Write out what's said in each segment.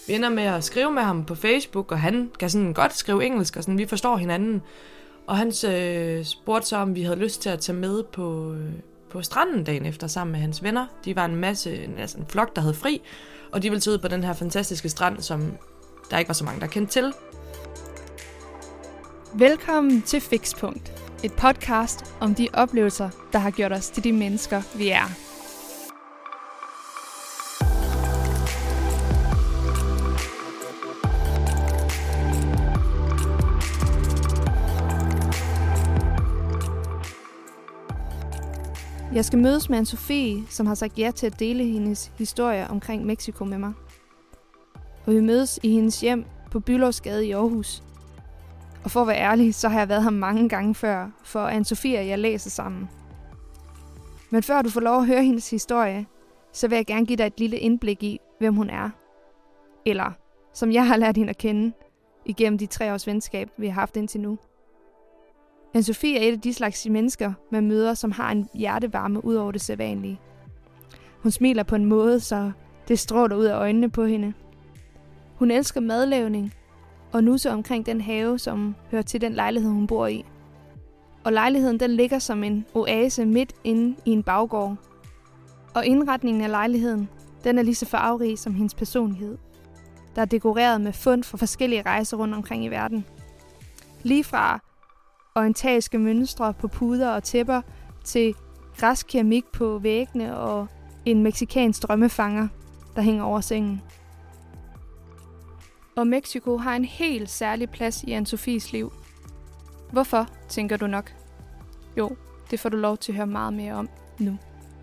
Vi ender med at skrive med ham på Facebook, og han kan sådan godt skrive engelsk, og sådan, vi forstår hinanden. Og han spurgte så, om vi havde lyst til at tage med på stranden dagen efter sammen med hans venner. De var en flok, der havde fri, og de ville tage ud på den her fantastiske strand, som der ikke var så mange, der kendte til. Velkommen til Fikspunkt, et podcast om de oplevelser, der har gjort os til de mennesker, vi er. Jeg skal mødes med Anne-Sophie, som har sagt ja til at dele hendes historie omkring Mexico med mig. Og vi mødes i hendes hjem på Bülowsgade i Aarhus. Og for at være ærlig, så har jeg været her mange gange før, for Anne-Sophie og jeg læser sammen. Men før du får lov at høre hendes historie, så vil jeg gerne give dig et lille indblik i, hvem hun er. Eller, som jeg har lært hende at kende, igennem de 3 års venskab, vi har haft indtil nu. Anne-Sophie er et af de slags mennesker, man møder, som har en hjertevarme ud over det sædvanlige. Hun smiler på en måde, så det stråler ud af øjnene på hende. Hun elsker madlavning og nusser omkring den have, som hører til den lejlighed, hun bor i. Og lejligheden den ligger som en oase midt inde i en baggård. Og indretningen af lejligheden, den er lige så farverig som hendes personlighed. Der er dekoreret med fund for forskellige rejser rundt omkring i verden. Lige fra orientalske mønstre på puder og tæpper til græsk keramik på væggene og en mexicansk drømmefanger, der hænger over sengen. Og Mexico har en helt særlig plads i Anne-Sophies liv. Hvorfor, tænker du nok? Jo, det får du lov til at høre meget mere om nu.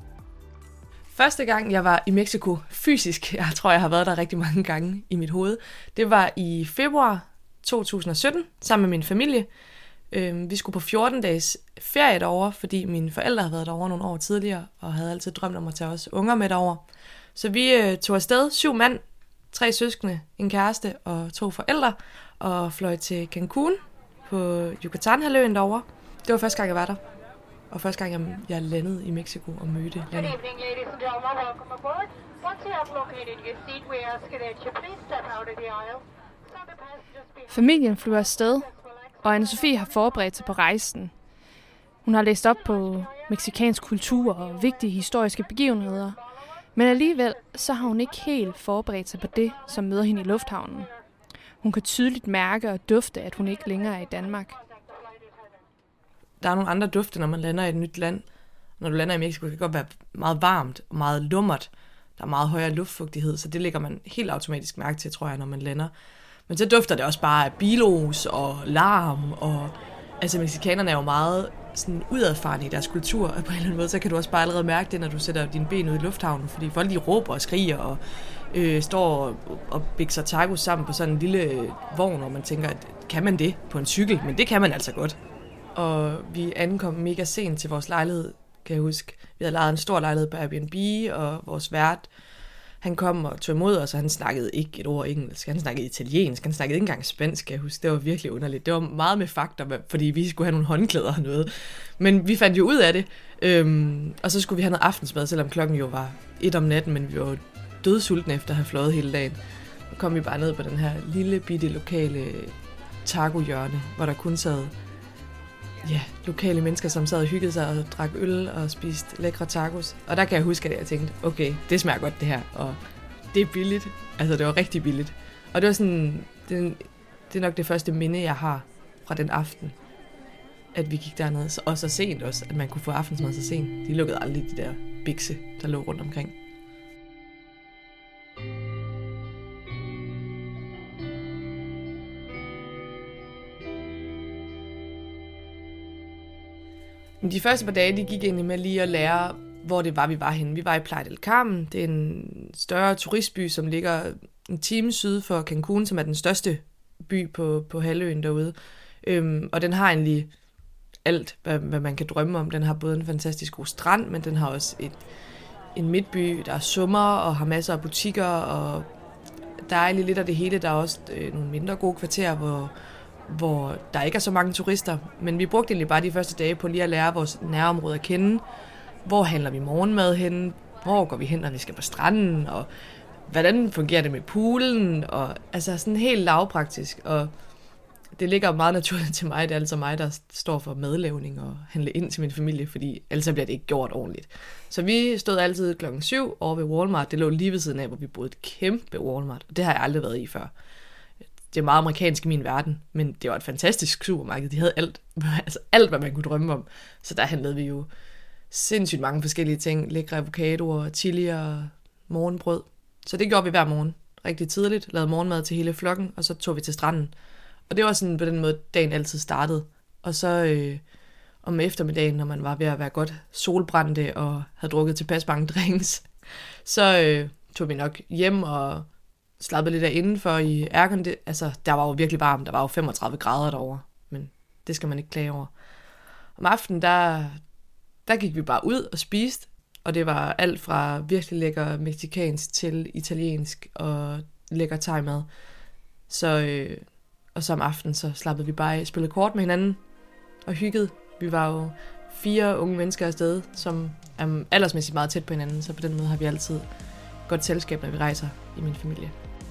Første gang, jeg var i Mexico fysisk, jeg tror, jeg har været der rigtig mange gange i mit hoved, det var i februar 2017, sammen med min familie. Vi skulle på 14 dages ferie derovre, fordi mine forældre havde været derovre nogle år tidligere, og havde altid drømt om at tage os unger med derover. Så vi tog afsted, 7 mand, 3 søskende, en kæreste og 2 forældre, og fløj til Cancún på Yucatán-halvøen derovre. Det var første gang, jeg var der, og første gang, jeg landede i Mexico og mødte landet. Good evening, ladies and gentlemen. Welcome aboard. Once you have located your seat, we ask that you please step out of the aisle. So the passengers behind Familien flyver afsted, og Anne-Sophie har forberedt sig på rejsen. Hun har læst op på mexicansk kultur og vigtige historiske begivenheder, men alligevel så har hun ikke helt forberedt sig på det, som møder hende i lufthavnen. Hun kan tydeligt mærke og dufte, at hun ikke længere er i Danmark. Der er nogle andre dufte, når man lander i et nyt land. Når du lander i Mexico, kan det godt være meget varmt og meget lummert. Der er meget højere luftfugtighed, så det lægger man helt automatisk mærke til, tror jeg, når man lander. Men så dufter det også bare af bilos og larm, og altså mexikanerne er jo meget sådan udadfarende i deres kultur, og på en eller anden måde, så kan du også bare allerede mærke det, når du sætter dine ben ud i lufthavnen, fordi folk de råber og skriger, og står og bikser tacos sammen på sådan en lille vogn, og man tænker, at kan man det på en cykel? Men det kan man altså godt. Og vi ankom mega sent til vores lejlighed, kan jeg huske. Vi havde lejet en stor lejlighed på Airbnb, og vores vært, han kom og tog imod os, og han snakkede ikke et ord engelsk. Han snakkede italiensk, han snakkede ikke engang spansk, kan jeg huske. Det var virkelig underligt. Det var meget med fakta, fordi vi skulle have nogle håndklæder og noget. Men vi fandt jo ud af det, og så skulle vi have noget aftensmad, selvom klokken jo var 1 om natten, men vi var jo dødsultne efter at have fløjet hele dagen. Så kom vi bare ned på den her lille bitte lokale taco-hjørne, hvor der kun sad lokale mennesker, som sad og hyggede sig og drak øl og spiste lækre tacos. Og der kan jeg huske, at jeg tænkte, okay, det smager godt det her, og det er billigt. Altså, det var rigtig billigt. Og det var sådan, det er nok det første minde, jeg har fra den aften, at vi gik derned. Og så sent også, at man kunne få aftensmad så sent. De lukkede aldrig de der bikse, der lå rundt omkring. De første par dage, de gik egentlig med lige at lære, hvor det var, vi var henne. Vi var i Playa del Carmen. Det er en større turistby, som ligger en time syd for Cancún, som er den største by på halvøen derude. Og den har egentlig alt, hvad man kan drømme om. Den har både en fantastisk god strand, men den har også en midtby, der er summer og har masser af butikker, og der er egentlig lidt af det hele. Der er også nogle mindre gode kvarterer, hvor der ikke er så mange turister, men vi brugte egentlig bare de første dage på lige at lære vores nærområde at kende. Hvor handler vi morgenmad hen? Hvor går vi hen, når vi skal på stranden? Og hvordan fungerer det med poolen, og altså sådan helt lavpraktisk, og det ligger meget naturligt til mig. Det er altså mig, der står for madlavning og handle ind til min familie, fordi ellers bliver det ikke gjort ordentligt. Så vi stod altid 7:00 over ved Walmart. Det lå lige ved siden af, hvor vi boede, et kæmpe Walmart. Det har jeg aldrig været i før. Det er meget amerikansk i min verden, men det var et fantastisk supermarked. De havde alt, altså alt, hvad man kunne drømme om. Så der handlede vi jo sindssygt mange forskellige ting. Lækre avocadoer, chili og morgenbrød. Så det gjorde vi hver morgen. Rigtig tidligt. Lavede morgenmad til hele flokken, og så tog vi til stranden. Og det var sådan på den måde, dagen altid startede. Og så om eftermiddagen, når man var ved at være godt solbrændte og havde drukket tilpas mange drinks, så tog vi nok hjem og slappede lidt af indenfor i aircon. Altså, der var jo virkelig varmt. Der var jo 35 grader derovre, men det skal man ikke klage over. Om aftenen, der gik vi bare ud og spiste, og det var alt fra virkelig lækker mexicansk til italiensk og lækker thai-mad. Og så om aftenen, så slappede vi bare af, spillede kort med hinanden og hyggede. Vi var jo 4 unge mennesker afsted, som er aldersmæssigt meget tæt på hinanden, så på den måde har vi altid godt selskab, når vi rejser i min familie.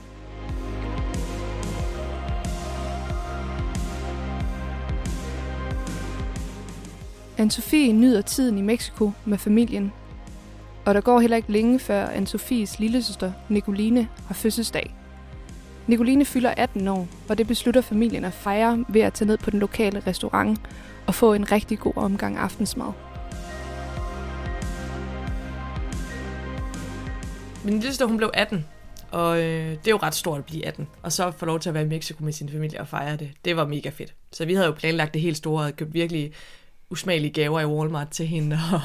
Anne-Sophie nyder tiden i Mexico med familien, og der går heller ikke længe før Anne-Sophies lillesøster Nicoline har fødselsdag. Nicoline fylder 18 år, og det beslutter familien at fejre ved at tage ned på den lokale restaurant og få en rigtig god omgang aftensmad. Min lillesøster, hun blev 18, og det er jo ret stort at blive 18, og så få lov til at være i Mexico med sin familie og fejre det. Det var mega fedt. Så vi havde jo planlagt det helt store og købt virkelig usmagelige gaver i Walmart til hende og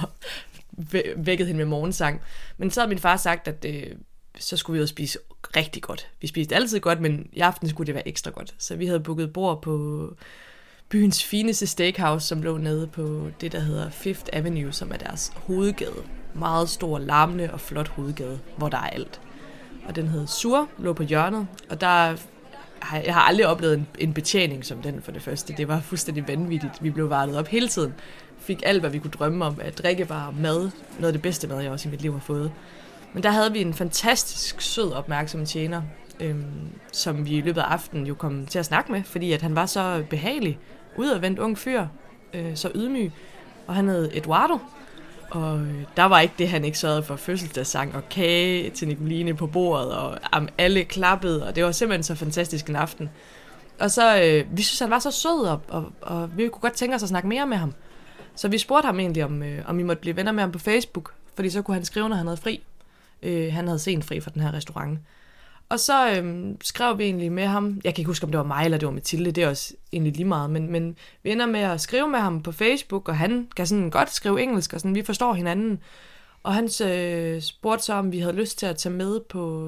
vækket hende med morgensang. Men så havde min far sagt, at så skulle vi jo spise rigtig godt. Vi spiste altid godt, men i aften skulle det være ekstra godt. Så vi havde booket bord på byens fineste steakhouse, som lå nede på det, der hedder Fifth Avenue, som er deres hovedgade. Meget stor, larmende og flot hovedgade, hvor der er alt. Og den hed Sur, lå på hjørnet, og jeg har aldrig oplevet en betjening som den for det første. Det var fuldstændig vanvittigt. Vi blev vartet op hele tiden. Fik alt, hvad vi kunne drømme om, at drikkevarer, mad, noget af det bedste mad, jeg også i mit liv har fået. Men der havde vi en fantastisk sød, opmærksom tjener, som vi i løbet af aftenen jo kom til at snakke med, fordi at han var så behagelig, udadvendt ung fyr, så ydmyg, og han hed Eduardo, og der var ikke det, han ikke sørgede for, fødselsdagssang og kage til Nicoline på bordet, og alle klappede, og det var simpelthen så fantastisk en aften. Og så, vi synes, han var så sød, og vi kunne godt tænke os at snakke mere med ham. Så vi spurgte ham egentlig, om vi måtte blive venner med ham på Facebook, fordi så kunne han skrive, når han havde fri. Han havde sent fri fra den her restaurant. Og så skrev vi egentlig med ham. Jeg kan ikke huske, om det var mig eller det var Mathilde. Det er også egentlig lige meget. Men vi ender med at skrive med ham på Facebook, og han kan sådan godt skrive engelsk, og sådan, vi forstår hinanden. Og han spurgte så, om vi havde lyst til at tage med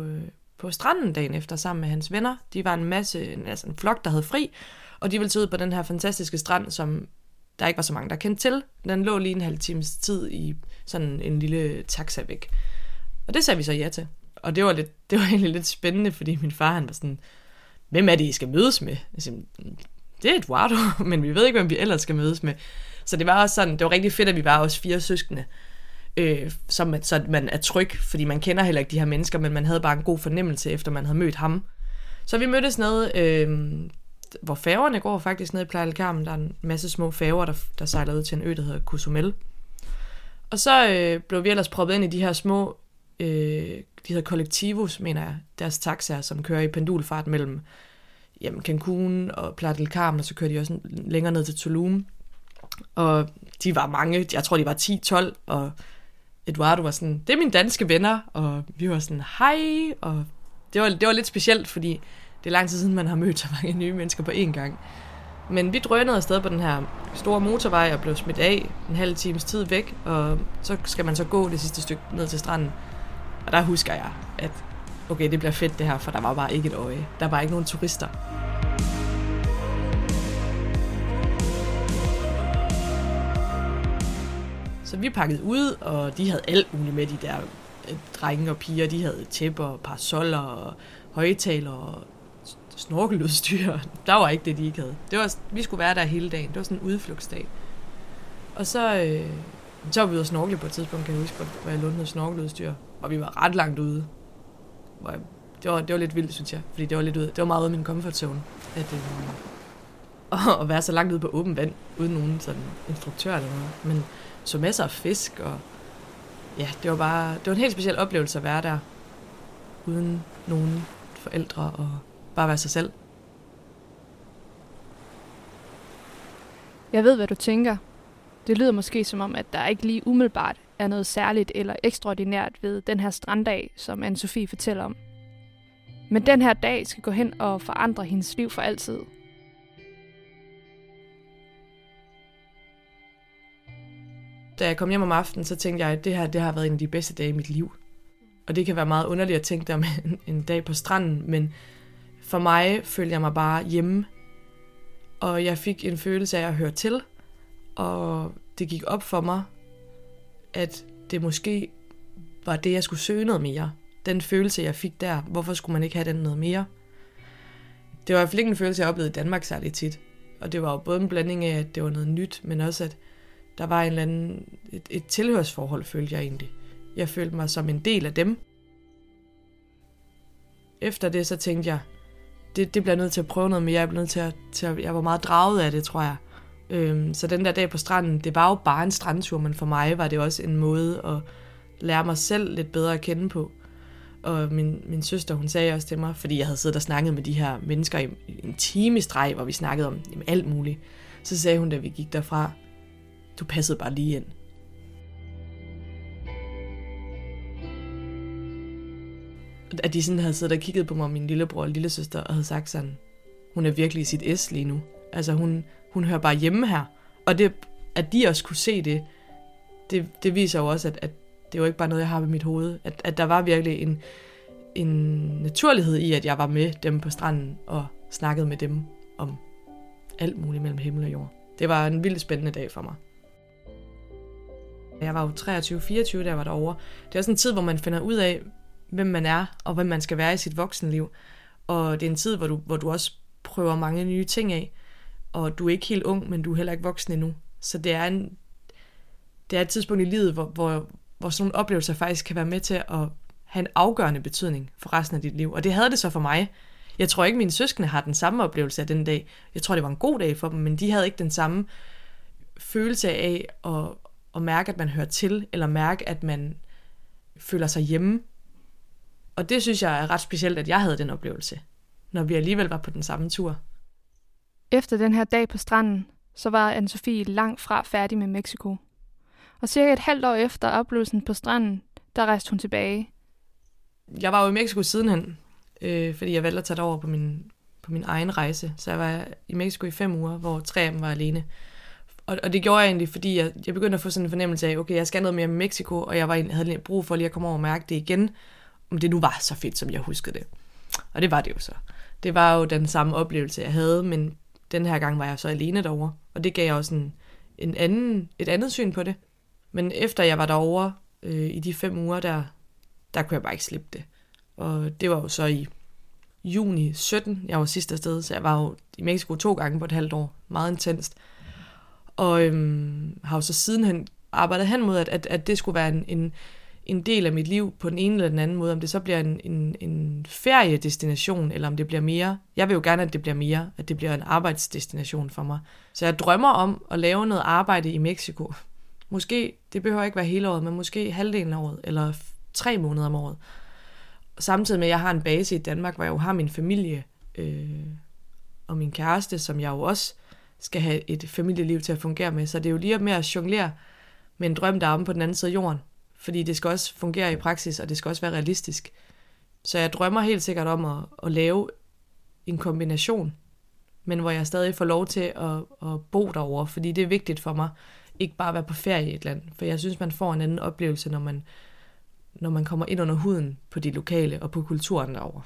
på stranden dagen efter sammen med hans venner. De var en flok, der havde fri, og de ville tage ud på den her fantastiske strand, som der ikke var så mange, der kendte til. Den lå lige en halv times tid i sådan en lille taxa væk. Og det sagde vi så ja til. Og det var egentlig lidt spændende, fordi min far, han var sådan, hvem er det, I skal mødes med? Jeg siger, det er Eduardo, men vi ved ikke, hvem vi ellers skal mødes med. Så det var også sådan, det var rigtig fedt, at vi var også 4 søskende, så man er tryg, fordi man kender heller ikke de her mennesker, men man havde bare en god fornemmelse, efter man havde mødt ham. Så vi mødtes nede, hvor færgerne går faktisk nede i Playa del Carmen. Der er en masse små færger, der sejler ud til en ø, der hedder Cozumel. Og så blev vi ellers proppet ind i de her små, de hedder Collectivos, mener jeg, deres taxaer, som kører i pendulfart mellem Cancún og Playa del Carmen, og så kører de også længere ned til Tulum. Og de var mange, jeg tror de var 10-12, og Eduardo var sådan, det er mine danske venner, og vi var sådan, hej, og det var lidt specielt, fordi det er lang tid siden, man har mødt så mange nye mennesker på én gang. Men vi drønede afsted på den her store motorvej og blev smidt af en halv times tid væk, og så skal man så gå det sidste stykke ned til stranden. Og der husker jeg, at okay, det bliver fedt det her, for der var bare ikke et øje. Der var ikke nogen turister. Så vi pakkede ud, og de havde alt muligt med, de der drenge og piger. De havde tæpper, parasoller og højtaler og snorkeludstyr. Der var ikke det, de ikke havde. Vi skulle være der hele dagen. Det var sådan en udflugtsdag. Og så var vi ude at snorkle på et tidspunkt, kan jeg huske, hvor jeg lånte noget snorkeludstyr. Og vi var ret langt ude. det var lidt vildt, synes jeg, fordi det var meget ude af min comfort zone, at være så langt ude på åben vand, uden nogen sådan instruktør eller noget, men så masser af fisk, og ja, det var en helt speciel oplevelse at være der, uden nogen forældre, og bare være sig selv. Jeg ved, hvad du tænker. Det lyder måske som om, at der ikke lige umiddelbart er noget særligt eller ekstraordinært ved den her stranddag, som Anne-Sophie fortæller om. Men den her dag skal gå hen og forandre hendes liv for altid. Da jeg kom hjem om aftenen, så tænkte jeg, at det har været en af de bedste dage i mit liv. Og det kan være meget underligt at tænke om en dag på stranden, men for mig følte jeg mig bare hjemme. Og jeg fik en følelse af at høre til, og det gik op for mig, at det måske var det, jeg skulle søge noget mere. Den følelse, jeg fik der, hvorfor skulle man ikke have den noget mere? Det var i hvert fald ikke en følelse, jeg oplevede i Danmark særlig tit. Og det var jo både en blanding af, at det var noget nyt, men også, at der var en eller anden, et tilhørsforhold, følte jeg egentlig. Jeg følte mig som en del af dem. Efter det, så tænkte jeg, det bliver nødt til at prøve noget mere. Jeg blev nødt til at jeg var meget draget af det, tror jeg. Så den der dag på stranden, det var jo bare en strandtur, men for mig var det også en måde at lære mig selv lidt bedre at kende på. Og min søster, hun sagde også til mig, fordi jeg havde siddet og snakket med de her mennesker i en time i streg, hvor vi snakkede om alt muligt. Så sagde hun, da vi gik derfra, du passede bare lige ind. At de sådan havde siddet og kigget på mig, min lillebror og lillesøster, og havde sagt sådan, hun er virkelig i sit S lige nu. Altså hun hører bare hjemme her. Og det, at de også kunne se det viser jo også, at det var ikke bare noget, jeg har ved mit hoved. At der var virkelig en naturlighed i, at jeg var med dem på stranden og snakkede med dem om alt muligt mellem himmel og jord. Det var en vildt spændende dag for mig. Jeg var jo 23-24, da jeg var derovre. Det er også en tid, hvor man finder ud af, hvem man er, og hvem man skal være i sit voksenliv. Og det er en tid, hvor du også prøver mange nye ting af. Og du er ikke helt ung, men du er heller ikke voksen endnu. Så det er et tidspunkt i livet, hvor sådan nogle oplevelser faktisk kan være med til at have en afgørende betydning for resten af dit liv. Og det havde det så for mig. Jeg tror ikke, mine søskende har den samme oplevelse af den dag. Jeg tror, det var en god dag for dem, men de havde ikke den samme følelse af at mærke, at man hører til, eller mærke, at man føler sig hjemme. Og det synes jeg er ret specielt, at jeg havde den oplevelse, når vi alligevel var på den samme tur. Efter den her dag på stranden, så var Anne-Sophie langt fra færdig med Mexico. Og cirka et halvt år efter oplevelsen på stranden, der rejste hun tilbage. Jeg var jo i Mexico sidenhen, fordi jeg valgte at tage det over på min egen rejse. Så jeg var i Mexico i 5 uger, hvor 3 af dem var alene. Og det gjorde jeg egentlig, fordi jeg begyndte at få sådan en fornemmelse af, okay, jeg skal noget mere med Mexico, og jeg havde brug for lige at komme over og mærke det igen, om det nu var så fedt, som jeg huskede det. Og det var det jo så. Det var jo den samme oplevelse, jeg havde, men den her gang var jeg så alene derovre, og det gav også et andet syn på det. Men efter jeg var derovre i de 5 uger, der kunne jeg bare ikke slippe det. Og det var jo så i juni 17, jeg var sidst afsted, så jeg var jo i Mexico 2 gange på et halvt år. Meget intenst. Og har jo så sidenhen arbejdet hen mod, at det skulle være en del af mit liv på den ene eller den anden måde. Om det så bliver en feriedestination, eller om det bliver mere. Jeg vil jo gerne, at det bliver mere, at det bliver en arbejdsdestination for mig. Så jeg drømmer om at lave noget arbejde i Mexico. Måske, det behøver ikke være hele året, men måske halvdelen af året, eller 3 måneder om året. Samtidig med, at jeg har en base i Danmark, hvor jeg jo har min familie og min kæreste, som jeg jo også skal have et familieliv til at fungere med. Så det er jo lige med at jonglere med en drøm, der er omme på den anden side af jorden. Fordi det skal også fungere i praksis, og det skal også være realistisk. Så jeg drømmer helt sikkert om at lave en kombination, men hvor jeg stadig får lov til at bo derovre, fordi det er vigtigt for mig, ikke bare at være på ferie i et land. For jeg synes, man får en anden oplevelse, når man kommer ind under huden på de lokale og på kulturen derovre.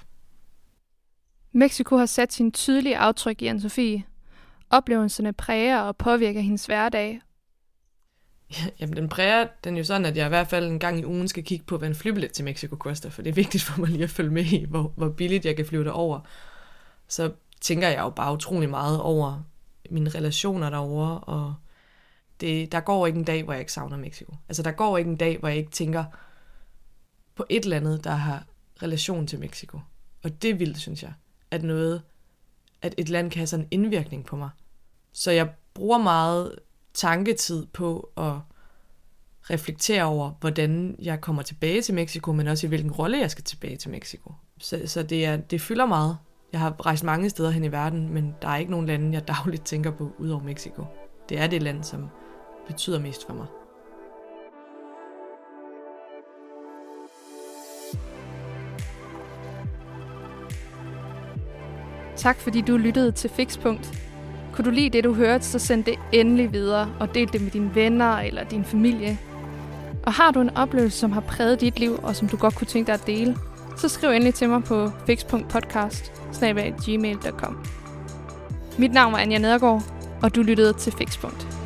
Mexico har sat sin tydelige aftryk i Anne-Sophie. Oplevelserne præger og påvirker hendes hverdag. Jamen, den præger den jo sådan, at jeg i hvert fald en gang i ugen skal kigge på, hvad en flybillet til Mexico koster, for det er vigtigt for mig lige at følge med i, hvor billigt jeg kan flyve derover. Så tænker jeg jo bare utrolig meget over mine relationer derovre, og der går ikke en dag, hvor jeg ikke savner Mexico. Altså, der går ikke en dag, hvor jeg ikke tænker på et eller andet, der har relation til Mexico. Og det er vildt, synes jeg, at et land kan have sådan en indvirkning på mig. Så jeg bruger meget tanketid på at reflektere over, hvordan jeg kommer tilbage til Mexico, men også i hvilken rolle jeg skal tilbage til Mexico. Så det fylder meget. Jeg har rejst mange steder hen i verden, men der er ikke nogen lande, jeg dagligt tænker på, udover Mexico. Det er det land, som betyder mest for mig. Tak fordi du lyttede til Fikspunkt. Kunne du lide det, du hørte, så send det endelig videre og del det med dine venner eller din familie. Og har du en oplevelse, som har præget dit liv, og som du godt kunne tænke dig at dele, så skriv endelig til mig på fikspunktpodcast@gmail.com. Mit navn er Anja Nedergaard, og du lyttede til Fikspunkt.